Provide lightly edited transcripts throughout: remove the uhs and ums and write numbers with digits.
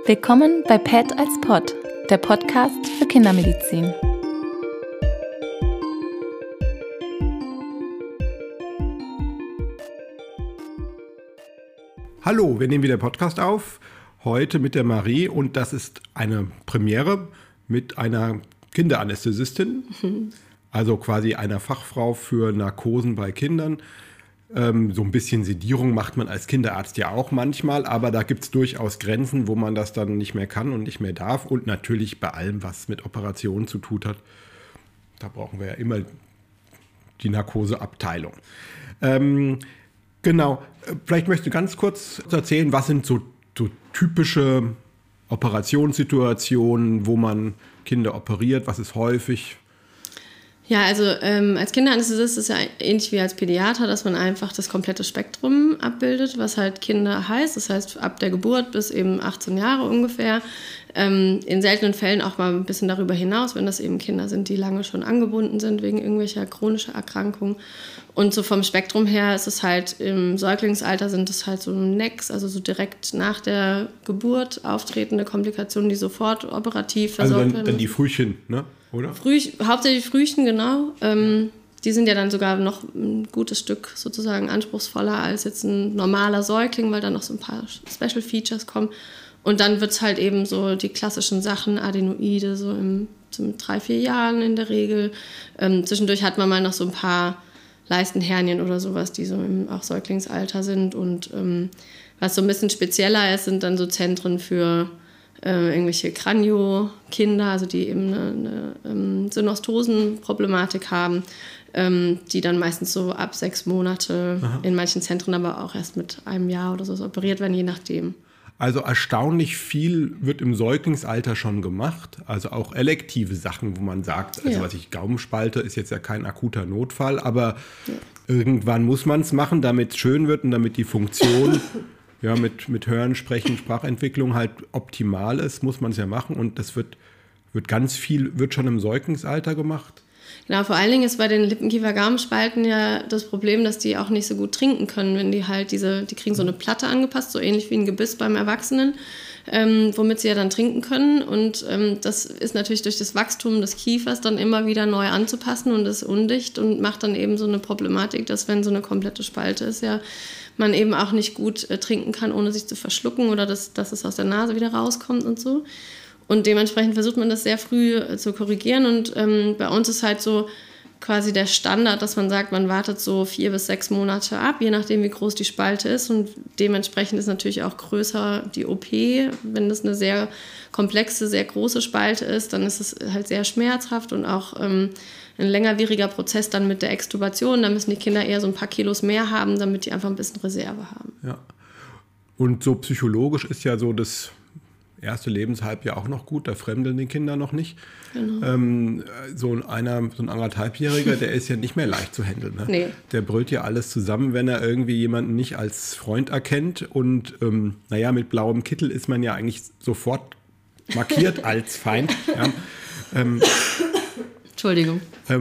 Willkommen bei PET als Pod, der Podcast für Kindermedizin. Hallo, wir nehmen wieder Podcast auf, heute mit der Marie und das ist eine Premiere mit einer Kinderanästhesistin, also quasi einer Fachfrau für Narkosen bei Kindern. So ein bisschen Sedierung macht man als Kinderarzt ja auch manchmal, aber da gibt es durchaus Grenzen, wo man das dann nicht mehr kann und nicht mehr darf. Und natürlich bei allem, was mit Operationen zu tun hat, da brauchen wir ja immer die Narkoseabteilung. Genau, vielleicht möchtest du ganz kurz erzählen, was sind so typische Operationssituationen, wo man Kinder operiert, was ist häufig? Ja, also als Kinderanästhesist ist es ja ähnlich wie als Pädiater, dass man einfach das komplette Spektrum abbildet, was halt Kinder heißt. Das heißt, ab der Geburt bis eben 18 Jahre ungefähr. In seltenen Fällen auch mal ein bisschen darüber hinaus, wenn das eben Kinder sind, die lange schon angebunden sind wegen irgendwelcher chronischer Erkrankungen. Und so vom Spektrum her ist es halt, im Säuglingsalter sind es halt so NECs, also so direkt nach der Geburt auftretende Komplikationen, die sofort operativ versorgt werden. Also dann die Frühchen, ne? Oder? Hauptsächlich Frühchen, genau. Die sind ja dann sogar noch ein gutes Stück sozusagen anspruchsvoller als jetzt ein normaler Säugling, weil dann noch so ein paar Special Features kommen. Und dann wird es halt eben so die klassischen Sachen, Adenoide, so mit 3-4 Jahren in der Regel. Zwischendurch hat man mal noch so ein paar Leistenhernien oder sowas, die so im auch Säuglingsalter sind. Und was so ein bisschen spezieller ist, sind dann so Zentren für irgendwelche Kranio-Kinder, also die eben eine Synostosen-Problematik haben, die dann meistens so ab 6 Monate, in manchen Zentren aber auch erst mit einem Jahr oder so operiert werden, je nachdem. Also erstaunlich viel wird im Säuglingsalter schon gemacht, also auch elektive Sachen, wo man sagt, also Gaumenspalte ist jetzt ja kein akuter Notfall, aber irgendwann muss man es machen, damit es schön wird und damit die Funktion mit Hören, Sprechen, Sprachentwicklung halt optimal ist, muss man es ja machen und das wird ganz viel, wird schon im Säuglingsalter gemacht. Genau, vor allen Dingen ist bei den Lippenkiefer-Gaumenspalten ja das Problem, dass die auch nicht so gut trinken können, wenn die halt die kriegen so eine Platte angepasst, so ähnlich wie ein Gebiss beim Erwachsenen, womit sie ja dann trinken können. Und das ist natürlich durch das Wachstum des Kiefers dann immer wieder neu anzupassen und ist undicht und macht dann eben so eine Problematik, dass wenn so eine komplette Spalte ist, ja man eben auch nicht gut trinken kann, ohne sich zu verschlucken oder dass es aus der Nase wieder rauskommt und so. Und dementsprechend versucht man das sehr früh zu korrigieren. Und bei uns ist halt so quasi der Standard, dass man sagt, man wartet so 4 bis 6 Monate ab, je nachdem, wie groß die Spalte ist. Und dementsprechend ist natürlich auch größer die OP. Wenn das eine sehr komplexe, sehr große Spalte ist, dann ist es halt sehr schmerzhaft und auch ein längerwieriger Prozess dann mit der Extubation. Da müssen die Kinder eher so ein paar Kilos mehr haben, damit die einfach ein bisschen Reserve haben. Ja. Und so psychologisch ist ja so das erste Lebenshalbjahr auch noch gut, da fremdeln die Kinder noch nicht. Genau. So ein 1,5-Jähriger, der ist ja nicht mehr leicht zu handeln. Ne? Nee. Der brüllt ja alles zusammen, wenn er irgendwie jemanden nicht als Freund erkennt. Und mit blauem Kittel ist man ja eigentlich sofort markiert als Feind. Ja. Entschuldigung.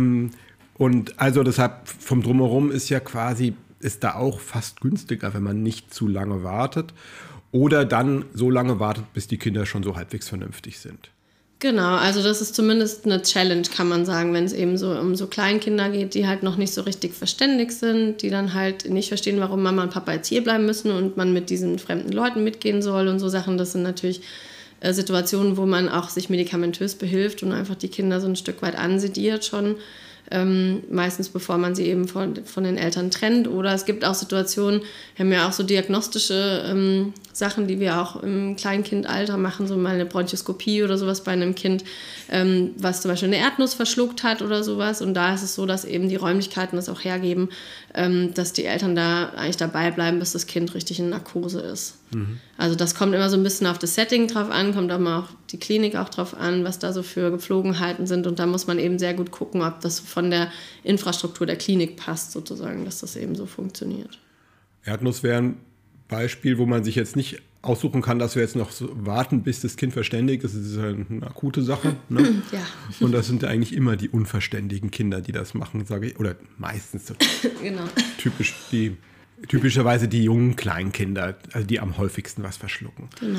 Und also deshalb vom Drumherum ist da auch fast günstiger, wenn man nicht zu lange wartet. Oder dann so lange wartet, bis die Kinder schon so halbwegs vernünftig sind. Genau, also das ist zumindest eine Challenge, kann man sagen, wenn es eben so um so Kleinkinder geht, die halt noch nicht so richtig verständig sind, die dann halt nicht verstehen, warum Mama und Papa jetzt hier bleiben müssen und man mit diesen fremden Leuten mitgehen soll und so Sachen. Das sind natürlich Situationen, wo man auch sich medikamentös behilft und einfach die Kinder so ein Stück weit ansediert schon. Meistens bevor man sie eben von den Eltern trennt. Oder es gibt auch Situationen, wir haben ja auch so diagnostische Sachen, die wir auch im Kleinkindalter machen, so mal eine Bronchoskopie oder sowas bei einem Kind, was zum Beispiel eine Erdnuss verschluckt hat oder sowas. Und da ist es so, dass eben die Räumlichkeiten das auch hergeben, dass die Eltern da eigentlich dabei bleiben, bis das Kind richtig in Narkose ist. Mhm. Also das kommt immer so ein bisschen auf das Setting drauf an, kommt aber auch die Klinik auch drauf an, was da so für Gepflogenheiten sind. Und da muss man eben sehr gut gucken, ob das von der Infrastruktur der Klinik passt, sozusagen, dass das eben so funktioniert. Erdnuss wäre ein Beispiel, wo man sich jetzt nicht aussuchen kann, dass wir jetzt noch so warten, bis das Kind verständigt ist. Das ist eine akute Sache. Ne? Ja. Und das sind ja eigentlich immer die unverständigen Kinder, die das machen, sage ich. Oder meistens so genau. Typischerweise die jungen Kleinkinder, also die am häufigsten was verschlucken. Genau.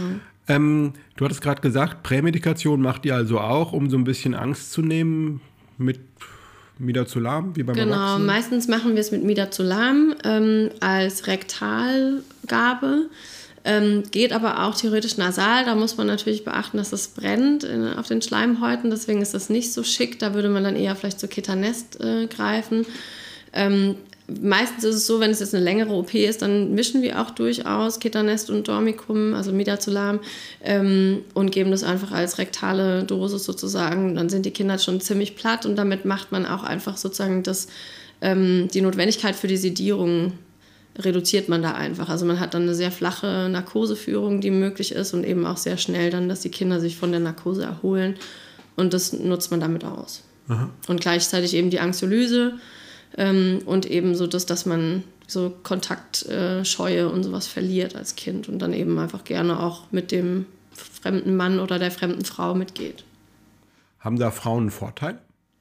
Du hattest gerade gesagt, Prämedikation macht ihr also auch, um so ein bisschen Angst zu nehmen mit Midazolam, wie beim Erwachsenen? Genau, meistens machen wir es mit Midazolam als Rektalgabe. Geht aber auch theoretisch nasal. Da muss man natürlich beachten, dass es brennt auf den Schleimhäuten. Deswegen ist das nicht so schick. Da würde man dann eher vielleicht zu Ketanest greifen. Meistens ist es so, wenn es jetzt eine längere OP ist, dann mischen wir auch durchaus Ketanest und Dormicum, also Midazolam, und geben das einfach als rektale Dosis sozusagen. Dann sind die Kinder schon ziemlich platt und damit macht man auch einfach sozusagen die Notwendigkeit für die Sedierung reduziert man da einfach. Also man hat dann eine sehr flache Narkoseführung, die möglich ist und eben auch sehr schnell dann, dass die Kinder sich von der Narkose erholen und das nutzt man damit aus. Aha. Und gleichzeitig eben die Anxiolyse und eben so, dass man so Kontaktscheue und sowas verliert als Kind und dann eben einfach gerne auch mit dem fremden Mann oder der fremden Frau mitgeht. Haben da Frauen einen Vorteil?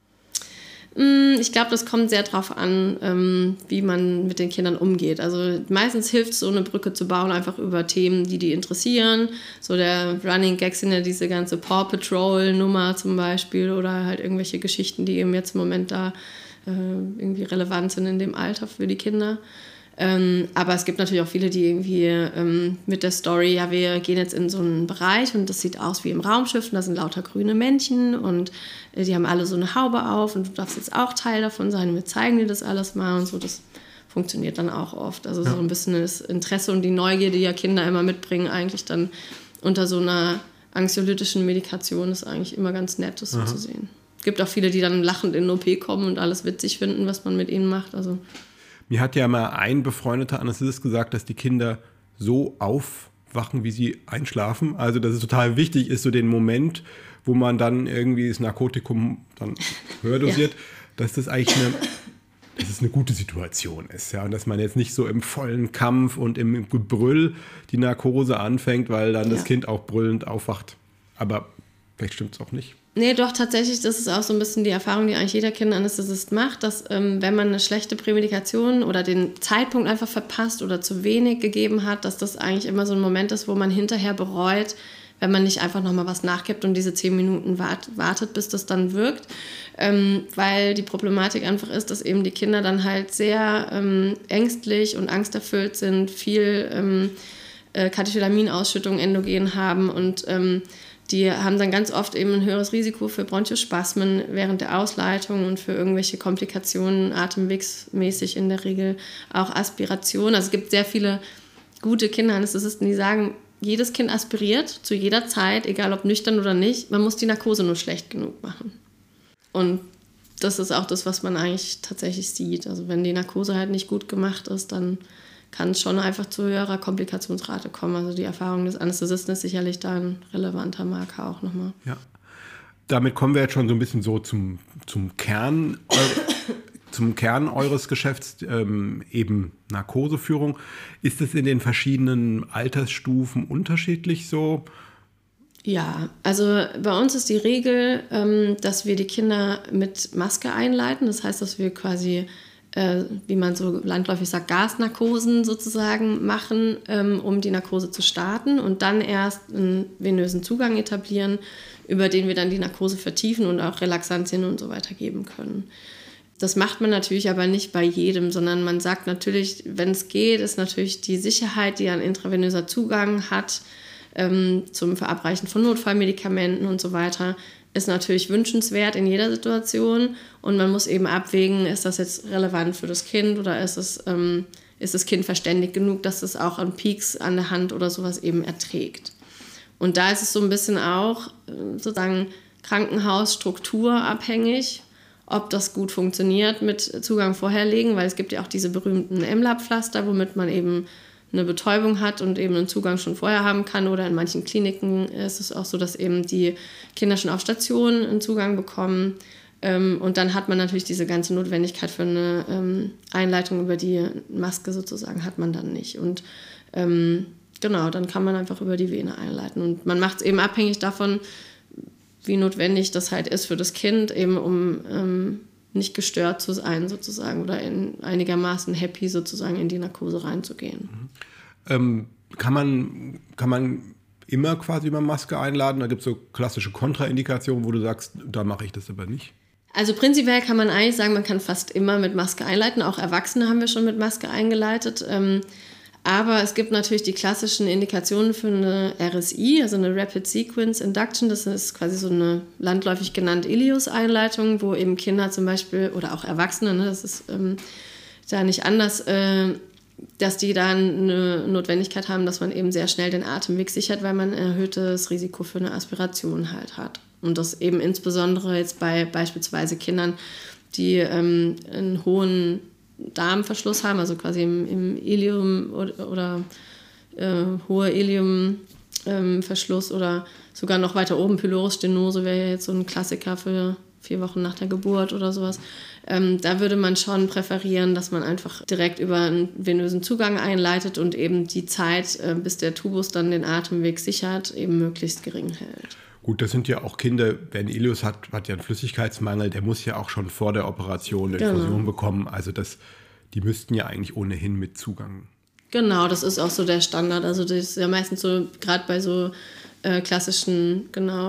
Ich glaube, das kommt sehr drauf an, wie man mit den Kindern umgeht. Also meistens hilft es, so eine Brücke zu bauen, einfach über Themen, die interessieren. So der Running Gag sind ja diese ganze Paw Patrol Nummer zum Beispiel oder halt irgendwelche Geschichten, die eben jetzt im Moment da irgendwie relevant sind in dem Alter für die Kinder. Aber es gibt natürlich auch viele, die irgendwie mit der Story, ja, wir gehen jetzt in so einen Bereich und das sieht aus wie im Raumschiff und da sind lauter grüne Männchen und die haben alle so eine Haube auf und du darfst jetzt auch Teil davon sein und wir zeigen dir das alles mal und so. Das funktioniert dann auch oft. Also so ein bisschen das Interesse und die Neugier, die ja Kinder immer mitbringen, eigentlich dann unter so einer anxiolytischen Medikation ist eigentlich immer ganz nett, das so zu sehen. Es gibt auch viele, die dann lachend in den OP kommen und alles witzig finden, was man mit ihnen macht. Also mir hat ja mal ein befreundeter Anästhesist gesagt, dass die Kinder so aufwachen, wie sie einschlafen. Also, dass es total wichtig ist, so den Moment, wo man dann irgendwie das Narkotikum dann höher dosiert, dass das eigentlich eine gute Situation ist. Ja? Und dass man jetzt nicht so im vollen Kampf und im Gebrüll die Narkose anfängt, weil dann das Kind auch brüllend aufwacht. Aber vielleicht stimmt es auch nicht. Nee, doch, tatsächlich, das ist auch so ein bisschen die Erfahrung, die eigentlich jeder Kinderanästhesist macht, dass wenn man eine schlechte Prämedikation oder den Zeitpunkt einfach verpasst oder zu wenig gegeben hat, dass das eigentlich immer so ein Moment ist, wo man hinterher bereut, wenn man nicht einfach nochmal was nachgibt und diese 10 Minuten wartet, bis das dann wirkt. Weil die Problematik einfach ist, dass eben die Kinder dann halt sehr ängstlich und angsterfüllt sind, viel Katecholaminausschüttung endogen haben und die haben dann ganz oft eben ein höheres Risiko für Bronchospasmen während der Ausleitung und für irgendwelche Komplikationen, atemwegsmäßig in der Regel, auch Aspiration. Also es gibt sehr viele gute Kinderanästhesisten, die sagen, jedes Kind aspiriert zu jeder Zeit, egal ob nüchtern oder nicht. Man muss die Narkose nur schlecht genug machen. Und das ist auch das, was man eigentlich tatsächlich sieht. Also wenn die Narkose halt nicht gut gemacht ist, dann kann es schon einfach zu höherer Komplikationsrate kommen. Also die Erfahrung des Anästhesisten ist sicherlich da ein relevanter Marker auch nochmal. Ja. Damit kommen wir jetzt schon so ein bisschen so zum Kern, zum Kern eures Geschäfts, eben Narkoseführung. Ist es in den verschiedenen Altersstufen unterschiedlich so? Ja, also bei uns ist die Regel, dass wir die Kinder mit Maske einleiten. Das heißt, dass wir quasi wie man so landläufig sagt, Gasnarkosen sozusagen machen, um die Narkose zu starten und dann erst einen venösen Zugang etablieren, über den wir dann die Narkose vertiefen und auch Relaxantien und so weiter geben können. Das macht man natürlich aber nicht bei jedem, sondern man sagt natürlich, wenn es geht, ist natürlich die Sicherheit, die ein intravenöser Zugang hat, zum Verabreichen von Notfallmedikamenten und so weiter, ist natürlich wünschenswert in jeder Situation und man muss eben abwägen, ist das jetzt relevant für das Kind oder ist das Kind verständigt genug, dass es auch an Peaks an der Hand oder sowas eben erträgt. Und da ist es so ein bisschen auch sozusagen krankenhausstrukturabhängig, ob das gut funktioniert mit Zugang vorherlegen, weil es gibt ja auch diese berühmten MLAB-Pflaster, womit man eben eine Betäubung hat und eben einen Zugang schon vorher haben kann. Oder in manchen Kliniken ist es auch so, dass eben die Kinder schon auf Station einen Zugang bekommen. Und dann hat man natürlich diese ganze Notwendigkeit für eine Einleitung über die Maske sozusagen, hat man dann nicht. Und genau, dann kann man einfach über die Vene einleiten. Und man macht es eben abhängig davon, wie notwendig das halt ist für das Kind, eben um nicht gestört zu sein sozusagen oder einigermaßen happy sozusagen in die Narkose reinzugehen. Kann man immer quasi über Maske einladen? Da gibt es so klassische Kontraindikationen, wo du sagst, da mache ich das aber nicht. Also prinzipiell kann man eigentlich sagen, man kann fast immer mit Maske einleiten. Auch Erwachsene haben wir schon mit Maske eingeleitet. Aber es gibt natürlich die klassischen Indikationen für eine RSI, also eine Rapid Sequence Induction. Das ist quasi so eine landläufig genannte Ileus-Einleitung, wo eben Kinder zum Beispiel oder auch Erwachsene, ne, das ist da nicht anders, dass die dann eine Notwendigkeit haben, dass man eben sehr schnell den Atemweg sichert, weil man ein erhöhtes Risiko für eine Aspiration halt hat. Und das eben insbesondere jetzt bei beispielsweise Kindern, die einen hohen Darmverschluss haben, also quasi im Ileum oder hohe Ileumverschluss oder sogar noch weiter oben, Pylorusstenose wäre ja jetzt so ein Klassiker für 4 Wochen nach der Geburt oder sowas. Da würde man schon präferieren, dass man einfach direkt über einen venösen Zugang einleitet und eben die Zeit, bis der Tubus dann den Atemweg sichert, eben möglichst gering hält. Gut, das sind ja auch Kinder, wer einen Ileus hat ja einen Flüssigkeitsmangel, der muss ja auch schon vor der Operation eine Infusion bekommen. Also die müssten ja eigentlich ohnehin mit Zugang. Genau, das ist auch so der Standard. Also das ist ja meistens so, gerade bei so klassischen,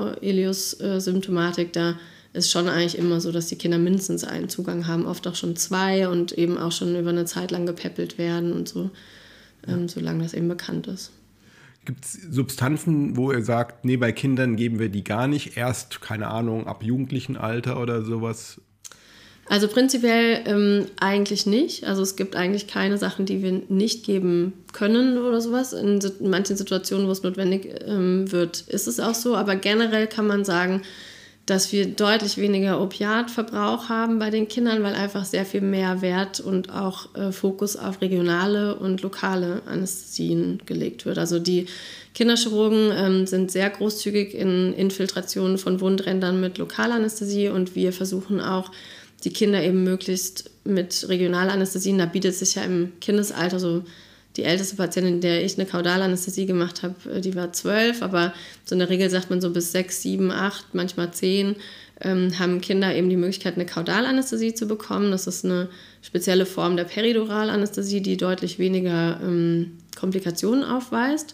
Ileus-Symptomatik, da ist schon eigentlich immer so, dass die Kinder mindestens einen Zugang haben, oft auch schon 2 und eben auch schon über eine Zeit lang gepäppelt werden und so, solange das eben bekannt ist. Gibt es Substanzen, wo ihr sagt, nee, bei Kindern geben wir die gar nicht, erst, keine Ahnung, ab jugendlichen Alter oder sowas? Also prinzipiell eigentlich nicht. Also es gibt eigentlich keine Sachen, die wir nicht geben können oder sowas. In manchen Situationen, wo es notwendig wird, ist es auch so. Aber generell kann man sagen, dass wir deutlich weniger Opiatverbrauch haben bei den Kindern, weil einfach sehr viel mehr Wert und auch Fokus auf regionale und lokale Anästhesien gelegt wird. Also die Kinderchirurgen sind sehr großzügig in Infiltrationen von Wundrändern mit Lokalanästhesie und wir versuchen auch, die Kinder eben möglichst mit Regionalanästhesien, da bietet sich ja im Kindesalter so. Die älteste Patientin, der ich eine Kaudalanästhesie gemacht habe, die war 12, aber so in der Regel sagt man so bis 6, 7, 8, manchmal 10, haben Kinder eben die Möglichkeit, eine Kaudalanästhesie zu bekommen. Das ist eine spezielle Form der Periduralanästhesie, die deutlich weniger Komplikationen aufweist.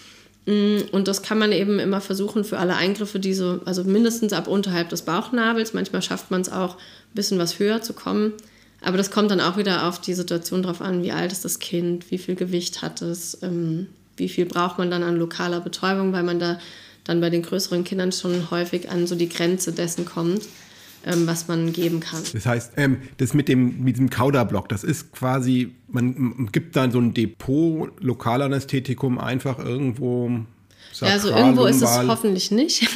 Und das kann man eben immer versuchen für alle Eingriffe, also mindestens ab unterhalb des Bauchnabels. Manchmal schafft man es auch, ein bisschen was höher zu kommen. Aber das kommt dann auch wieder auf die Situation drauf an, wie alt ist das Kind, wie viel Gewicht hat es, wie viel braucht man dann an lokaler Betäubung, weil man da dann bei den größeren Kindern schon häufig an so die Grenze dessen kommt, was man geben kann. Das heißt, das mit diesem Kauda-Block, das ist quasi, man gibt dann so ein Depot Lokalanästhetikum einfach irgendwo. Ja, also irgendwo ist es hoffentlich nicht.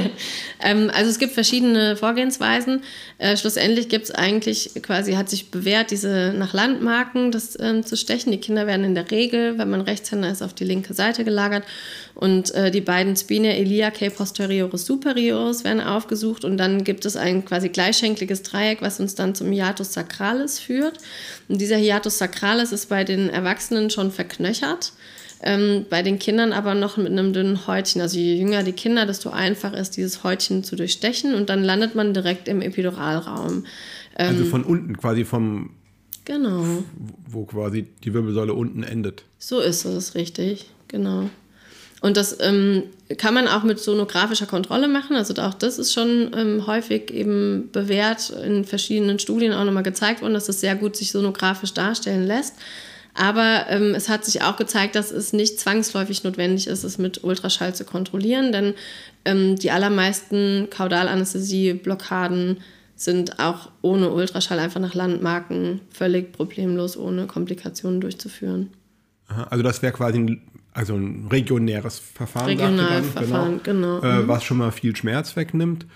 Also es gibt verschiedene Vorgehensweisen. Schlussendlich gibt es eigentlich quasi, hat sich bewährt, diese nach Landmarken das zu stechen. Die Kinder werden in der Regel, wenn man Rechtshänder ist, auf die linke Seite gelagert und die beiden Spina iliacae posterioris superioris werden aufgesucht und dann gibt es ein quasi gleichschenkliges Dreieck, was uns dann zum Hiatus sacralis führt. Und dieser Hiatus sacralis ist bei den Erwachsenen schon verknöchert. Bei den Kindern aber noch mit einem dünnen Häutchen. Also je jünger die Kinder, desto einfacher ist dieses Häutchen zu durchstechen und dann landet man direkt im Epiduralraum. Also von unten quasi Genau. Wo quasi die Wirbelsäule unten endet. So ist es, richtig, genau. Und das kann man auch mit sonografischer Kontrolle machen. Also auch das ist schon häufig eben bewährt, in verschiedenen Studien auch nochmal gezeigt worden, dass das sehr gut sich sonografisch darstellen lässt. Aber es hat sich auch gezeigt, dass es nicht zwangsläufig notwendig ist, es mit Ultraschall zu kontrollieren, denn die allermeisten Kaudalanästhesie-Blockaden sind auch ohne Ultraschall einfach nach Landmarken völlig problemlos, ohne Komplikationen durchzuführen. Aha, also das wäre quasi ein regionäres Verfahren, Regionalverfahren, genau. Was schon mal viel Schmerz wegnimmt,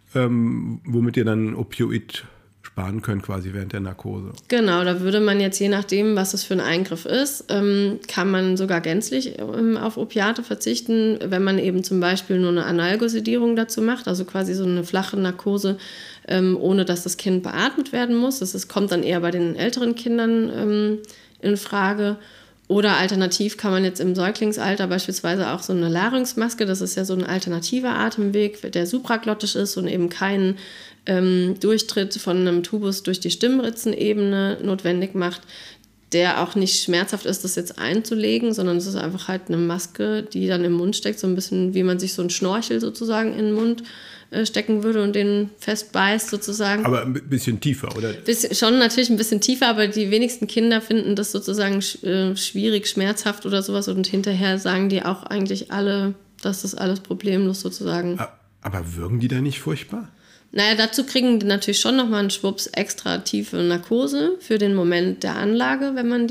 womit ihr dann Opioid sparen könnt quasi während der Narkose. Genau, da würde man jetzt je nachdem, was das für ein Eingriff ist, kann man sogar gänzlich auf Opiate verzichten, wenn man eben zum Beispiel nur eine Analgosedierung dazu macht, also quasi so eine flache Narkose, ohne dass das Kind beatmet werden muss. Das kommt dann eher bei den älteren Kindern in Frage. Oder alternativ kann man jetzt im Säuglingsalter beispielsweise auch so eine Larynxmaske, das ist ja so ein alternativer Atemweg, der supraglottisch ist und eben keinen Durchtritt von einem Tubus durch die Stimmritzenebene notwendig macht. der auch nicht schmerzhaft ist, das jetzt einzulegen, sondern es ist einfach halt eine Maske, die dann im Mund steckt, so ein bisschen wie man sich so einen Schnorchel sozusagen in den Mund stecken würde und den festbeißt sozusagen. Aber ein bisschen tiefer, oder? Schon natürlich ein bisschen tiefer, aber die wenigsten Kinder finden das sozusagen schwierig, schmerzhaft oder sowas und hinterher sagen die auch eigentlich alle, dass das alles problemlos sozusagen. Aber wirken die da nicht furchtbar? Naja, dazu kriegen die natürlich schon nochmal einen Schwupps extra tiefe Narkose für den Moment der Anlage, wenn man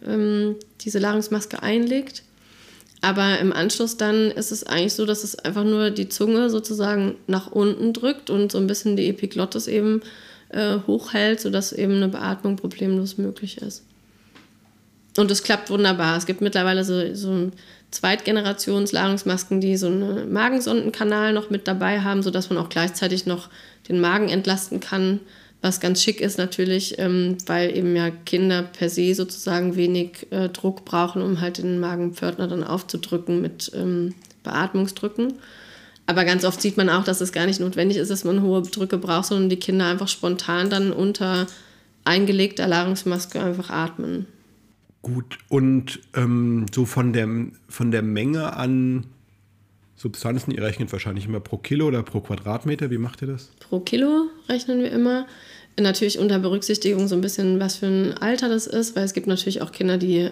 diese Larynxmaske einlegt. Aber im Anschluss dann ist es eigentlich so, dass es einfach nur die Zunge sozusagen nach unten drückt und so ein bisschen die Epiglottis eben hochhält, sodass eben eine Beatmung problemlos möglich ist. Und es klappt wunderbar. Es gibt mittlerweile so Zweitgenerations-Larynxmasken, die so einen Magensondenkanal noch mit dabei haben, sodass man auch gleichzeitig noch den Magen entlasten kann, was ganz schick ist natürlich, weil eben ja Kinder per se sozusagen wenig Druck brauchen, um halt den Magenpförtner dann aufzudrücken mit Beatmungsdrücken. Aber ganz oft sieht man auch, dass es gar nicht notwendig ist, dass man hohe Drücke braucht, sondern die Kinder einfach spontan dann unter eingelegter Larynxmaske einfach atmen. Gut, und so von der Menge an Substanzen, ihr rechnet wahrscheinlich immer pro Kilo oder pro Quadratmeter, wie macht ihr das? Pro Kilo rechnen wir immer. Natürlich unter Berücksichtigung so ein bisschen, was für ein Alter das ist, weil es gibt natürlich auch Kinder, die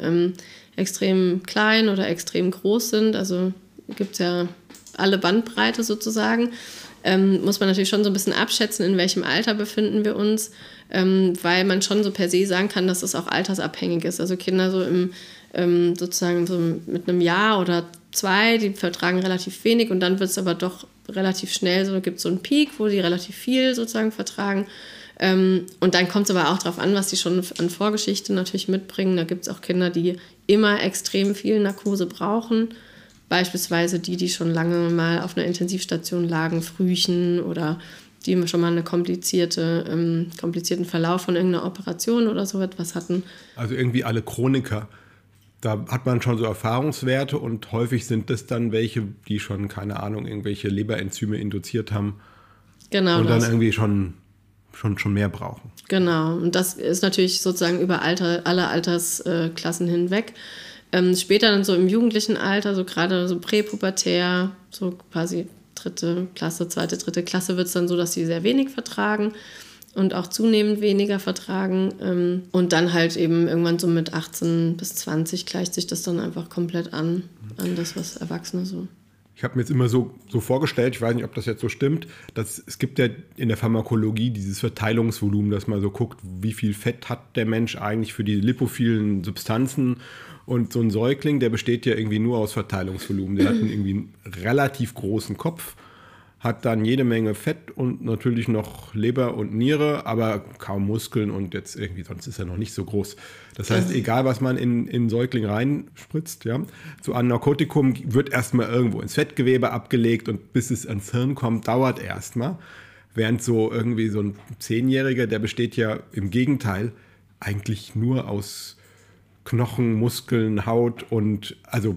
extrem klein oder extrem groß sind. Also gibt es ja alle Bandbreite sozusagen. Muss man natürlich schon so ein bisschen abschätzen, in welchem Alter befinden wir uns, weil man schon so per se sagen kann, dass es auch altersabhängig ist. Also Kinder so sozusagen so mit einem Jahr oder 2, die vertragen relativ wenig und dann wird es aber doch relativ schnell, so gibt es so einen Peak, wo die relativ viel sozusagen vertragen. Und dann kommt es aber auch darauf an, was die schon an Vorgeschichte natürlich mitbringen. Da gibt es auch Kinder, die immer extrem viel Narkose brauchen. Beispielsweise die schon lange mal auf einer Intensivstation lagen, Frühchen oder die schon mal einen komplizierten Verlauf von irgendeiner Operation oder so etwas hatten. Also irgendwie alle Chroniker. Da hat man schon so Erfahrungswerte und häufig sind das dann welche, die schon, keine Ahnung, irgendwelche Leberenzyme induziert haben. Genau. Und dann irgendwie schon mehr brauchen. Genau. Und das ist natürlich sozusagen über alle Altersklassen hinweg. Später dann so im jugendlichen Alter, so gerade so präpubertär, so quasi 3. Klasse, 2., 3. Klasse wird es dann so, dass sie sehr wenig vertragen und auch zunehmend weniger vertragen. Und dann halt eben irgendwann so mit 18 bis 20 gleicht sich das dann einfach komplett an das, was Erwachsene so. Ich habe mir jetzt immer so vorgestellt, ich weiß nicht, ob das jetzt so stimmt, dass es gibt ja in der Pharmakologie dieses Verteilungsvolumen, dass man so guckt, wie viel Fett hat der Mensch eigentlich für die lipophilen Substanzen. Und so ein Säugling, der besteht ja irgendwie nur aus Verteilungsvolumen. Der hat irgendwie einen relativ großen Kopf, hat dann jede Menge Fett und natürlich noch Leber und Niere, aber kaum Muskeln und jetzt irgendwie, sonst ist er noch nicht so groß. Das heißt, egal was man in Säugling reinspritzt, ja, so ein Narkotikum wird erstmal irgendwo ins Fettgewebe abgelegt und bis es ans Hirn kommt, dauert erstmal. Während so irgendwie so ein 10-Jähriger, der besteht ja im Gegenteil eigentlich nur aus Knochen, Muskeln, Haut und also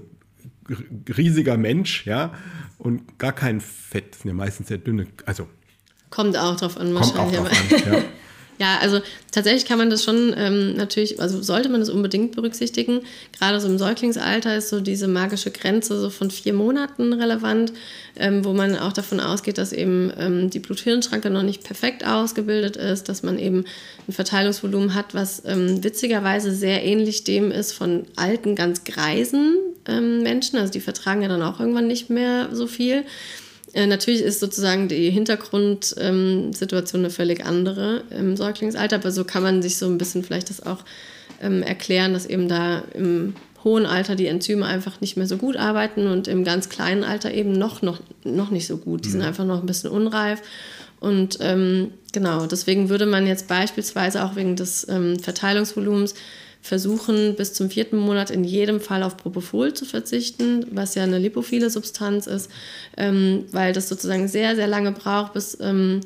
riesiger Mensch, ja, und gar kein Fett, das sind ja meistens sehr dünne, also kommt auch drauf an wahrscheinlich. Kommt auch drauf an, ja. Ja, also tatsächlich kann man das schon natürlich, also sollte man das unbedingt berücksichtigen. Gerade so im Säuglingsalter ist so diese magische Grenze so von 4 Monaten relevant, wo man auch davon ausgeht, dass eben die Blut-Hirn-Schranke noch nicht perfekt ausgebildet ist, dass man eben ein Verteilungsvolumen hat, was witzigerweise sehr ähnlich dem ist von alten, ganz greisen Menschen. Also die vertragen ja dann auch irgendwann nicht mehr so viel. Natürlich ist sozusagen die Hintergrundsituation eine völlig andere im Säuglingsalter, aber so kann man sich so ein bisschen vielleicht das auch erklären, dass eben da im hohen Alter die Enzyme einfach nicht mehr so gut arbeiten und im ganz kleinen Alter eben noch nicht so gut. Die sind einfach noch ein bisschen unreif. Und genau, deswegen würde man jetzt beispielsweise auch wegen des Verteilungsvolumens versuchen, bis zum 4. Monat in jedem Fall auf Propofol zu verzichten, was ja eine lipophile Substanz ist, weil das sozusagen sehr, sehr lange braucht, bis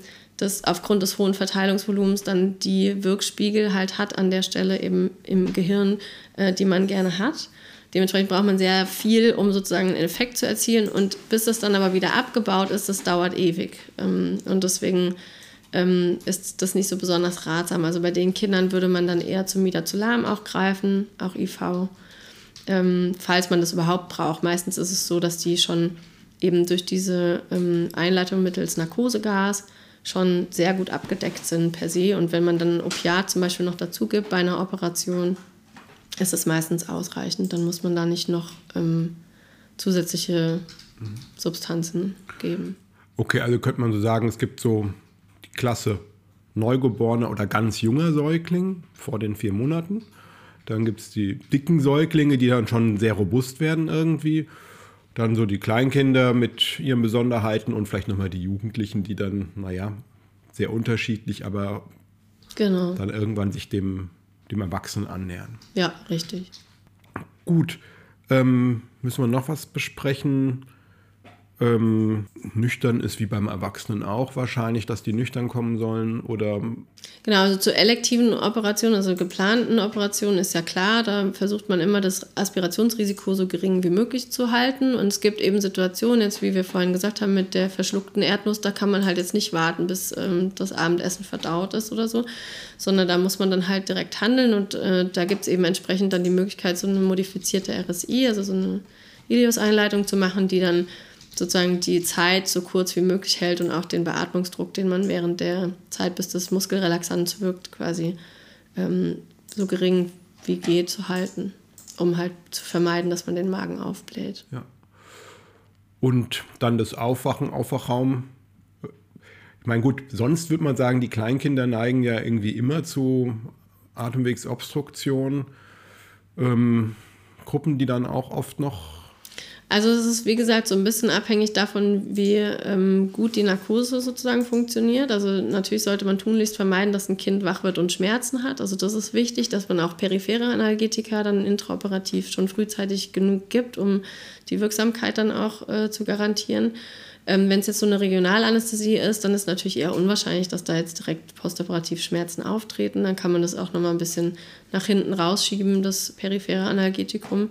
das aufgrund des hohen Verteilungsvolumens dann die Wirkspiegel halt hat an der Stelle eben im Gehirn, die man gerne hat. Dementsprechend braucht man sehr viel, um sozusagen einen Effekt zu erzielen und bis das dann aber wieder abgebaut ist, das dauert ewig. Und deswegen ist das nicht so besonders ratsam. Also bei den Kindern würde man dann eher zum Midazolam auch greifen, auch IV, falls man das überhaupt braucht. Meistens ist es so, dass die schon eben durch diese Einleitung mittels Narkosegas schon sehr gut abgedeckt sind per se. Und wenn man dann ein Opiat zum Beispiel noch dazu gibt bei einer Operation, ist es meistens ausreichend. Dann muss man da nicht noch zusätzliche Substanzen geben. Okay, also könnte man so sagen, es gibt so die Klasse Neugeborener oder ganz junger Säugling vor den 4 Monaten. Dann gibt es die dicken Säuglinge, die dann schon sehr robust werden irgendwie. Dann so die Kleinkinder mit ihren Besonderheiten und vielleicht nochmal die Jugendlichen, die dann, sehr unterschiedlich, aber dann irgendwann sich dem Erwachsenen annähern. Ja, richtig. Gut, müssen wir noch was besprechen? Nüchtern ist wie beim Erwachsenen auch wahrscheinlich, dass die nüchtern kommen sollen oder... Genau, also zu elektiven Operationen, also geplanten Operationen ist ja klar, da versucht man immer das Aspirationsrisiko so gering wie möglich zu halten und es gibt eben Situationen, jetzt wie wir vorhin gesagt haben, mit der verschluckten Erdnuss, da kann man halt jetzt nicht warten, bis das Abendessen verdaut ist oder so, sondern da muss man dann halt direkt handeln und da gibt es eben entsprechend dann die Möglichkeit, so eine modifizierte RSI, also so eine Ileus-Einleitung zu machen, die dann sozusagen die Zeit so kurz wie möglich hält und auch den Beatmungsdruck, den man während der Zeit, bis das Muskelrelaxanz wirkt, quasi so gering wie geht zu halten, um halt zu vermeiden, dass man den Magen aufbläht. Ja. Und dann das Aufwachraum. Ich meine, gut, sonst würde man sagen, die Kleinkinder neigen ja irgendwie immer zu Atemwegsobstruktion. Gruppen, die dann auch oft noch... Also es ist, wie gesagt, so ein bisschen abhängig davon, wie gut die Narkose sozusagen funktioniert. Also natürlich sollte man tunlichst vermeiden, dass ein Kind wach wird und Schmerzen hat. Also das ist wichtig, dass man auch periphere Analgetika dann intraoperativ schon frühzeitig genug gibt, um die Wirksamkeit dann auch zu garantieren. Wenn es jetzt so eine Regionalanästhesie ist, dann ist natürlich eher unwahrscheinlich, dass da jetzt direkt postoperativ Schmerzen auftreten. Dann kann man das auch nochmal ein bisschen nach hinten rausschieben, das periphere Analgetikum.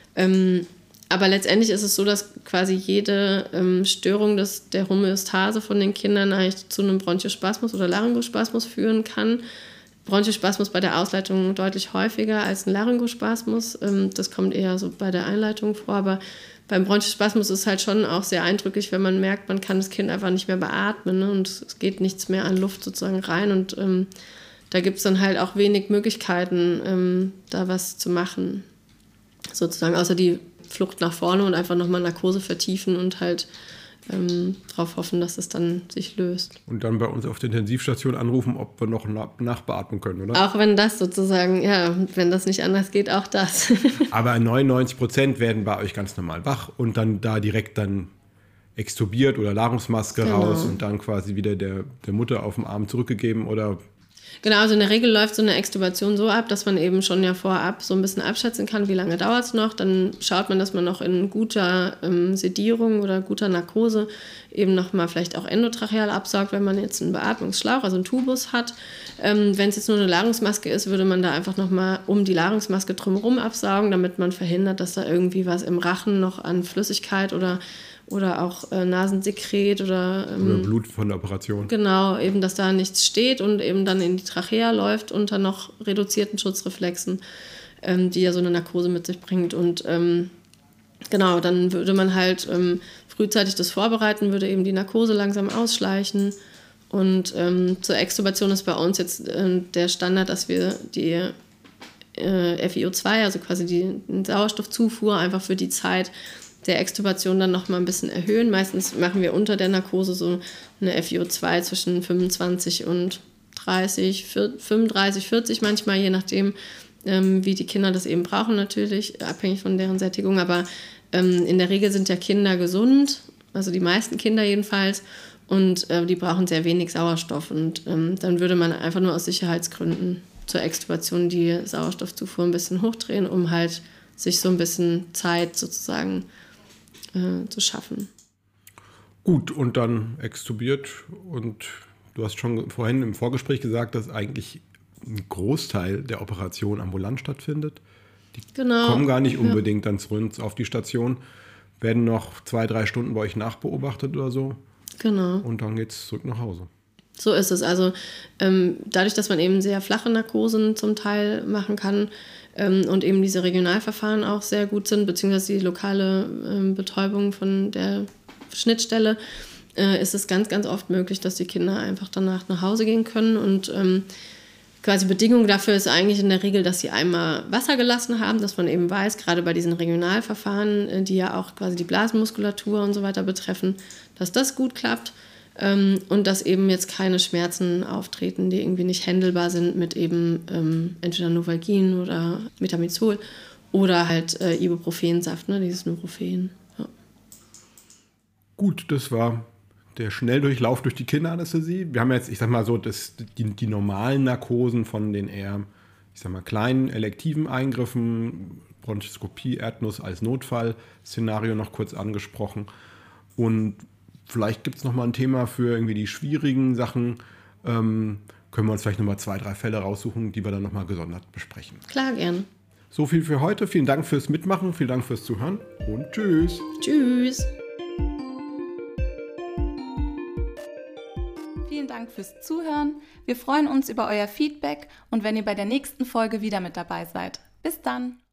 Aber letztendlich ist es so, dass quasi jede Störung der Homöostase von den Kindern eigentlich zu einem Bronchospasmus oder Laryngospasmus führen kann. Bronchospasmus bei der Ausleitung deutlich häufiger als ein Laryngospasmus. Das kommt eher so bei der Einleitung vor, aber beim Bronchospasmus ist es halt schon auch sehr eindrücklich, wenn man merkt, man kann das Kind einfach nicht mehr beatmen, ne? Und es geht nichts mehr an Luft sozusagen rein und da gibt es dann halt auch wenig Möglichkeiten, da was zu machen, sozusagen, außer die Flucht nach vorne und einfach nochmal Narkose vertiefen und halt darauf hoffen, dass es dann sich löst. Und dann bei uns auf der Intensivstation anrufen, ob wir noch nachbeatmen können, oder? Auch wenn das sozusagen, ja, wenn das nicht anders geht, auch das. Aber 99% werden bei euch ganz normal wach und dann da direkt dann extubiert oder Nahrungsmaske raus und dann quasi wieder der Mutter auf dem Arm zurückgegeben oder... Genau, also in der Regel läuft so eine Extubation so ab, dass man eben schon ja vorab so ein bisschen abschätzen kann, wie lange dauert es noch. Dann schaut man, dass man noch in guter Sedierung oder guter Narkose eben nochmal vielleicht auch endotracheal absaugt, wenn man jetzt einen Beatmungsschlauch, also einen Tubus hat. Wenn es jetzt nur eine Nahrungsmaske ist, würde man da einfach nochmal um die Nahrungsmaske drumherum absaugen, damit man verhindert, dass da irgendwie was im Rachen noch an Flüssigkeit oder auch Nasensekret oder Blut von der Operation. Genau, eben, dass da nichts steht und eben dann in die Trachea läuft unter noch reduzierten Schutzreflexen, die ja so eine Narkose mit sich bringt. Und genau, dann würde man halt frühzeitig das vorbereiten, würde eben die Narkose langsam ausschleichen. Und zur Extubation ist bei uns jetzt der Standard, dass wir die FiO2, also quasi die Sauerstoffzufuhr einfach für die Zeit der Extubation dann noch mal ein bisschen erhöhen. Meistens machen wir unter der Narkose so eine FiO2 zwischen 25 und 30, 35, 40 manchmal, je nachdem, wie die Kinder das eben brauchen natürlich, abhängig von deren Sättigung. Aber in der Regel sind ja Kinder gesund, also die meisten Kinder jedenfalls, und die brauchen sehr wenig Sauerstoff. Und dann würde man einfach nur aus Sicherheitsgründen zur Extubation die Sauerstoffzufuhr ein bisschen hochdrehen, um halt sich so ein bisschen Zeit sozusagen zu schaffen. Gut, und dann extubiert und du hast schon vorhin im Vorgespräch gesagt, dass eigentlich ein Großteil der Operation ambulant stattfindet. Die kommen gar nicht unbedingt dann zu uns auf die Station, werden noch 2-3 Stunden bei euch nachbeobachtet oder so. Genau. Und dann geht's zurück nach Hause. So ist es. Also dadurch, dass man eben sehr flache Narkosen zum Teil machen kann und eben diese Regionalverfahren auch sehr gut sind, beziehungsweise die lokale Betäubung von der Schnittstelle, ist es ganz, ganz oft möglich, dass die Kinder einfach danach nach Hause gehen können. Und quasi Bedingung dafür ist eigentlich in der Regel, dass sie einmal Wasser gelassen haben, dass man eben weiß, gerade bei diesen Regionalverfahren, die ja auch quasi die Blasenmuskulatur und so weiter betreffen, dass das gut klappt. Und dass eben jetzt keine Schmerzen auftreten, die irgendwie nicht händelbar sind mit eben entweder Novalgin oder Metamizol oder halt Ibuprofensaft, ne, dieses Nurofen. Ja. Gut, das war der Schnelldurchlauf durch die Kinderanästhesie. Wir haben jetzt, ich sag mal so, die normalen Narkosen von den eher, ich sag mal, kleinen elektiven Eingriffen, Bronchoskopie, Erdnuss als Notfallszenario noch kurz angesprochen. Und vielleicht gibt es nochmal ein Thema für irgendwie die schwierigen Sachen. Können wir uns vielleicht nochmal 2, 3 Fälle raussuchen, die wir dann nochmal gesondert besprechen. Klar, gerne. So viel für heute. Vielen Dank fürs Mitmachen, vielen Dank fürs Zuhören und tschüss. Tschüss. Vielen Dank fürs Zuhören. Wir freuen uns über euer Feedback und wenn ihr bei der nächsten Folge wieder mit dabei seid. Bis dann!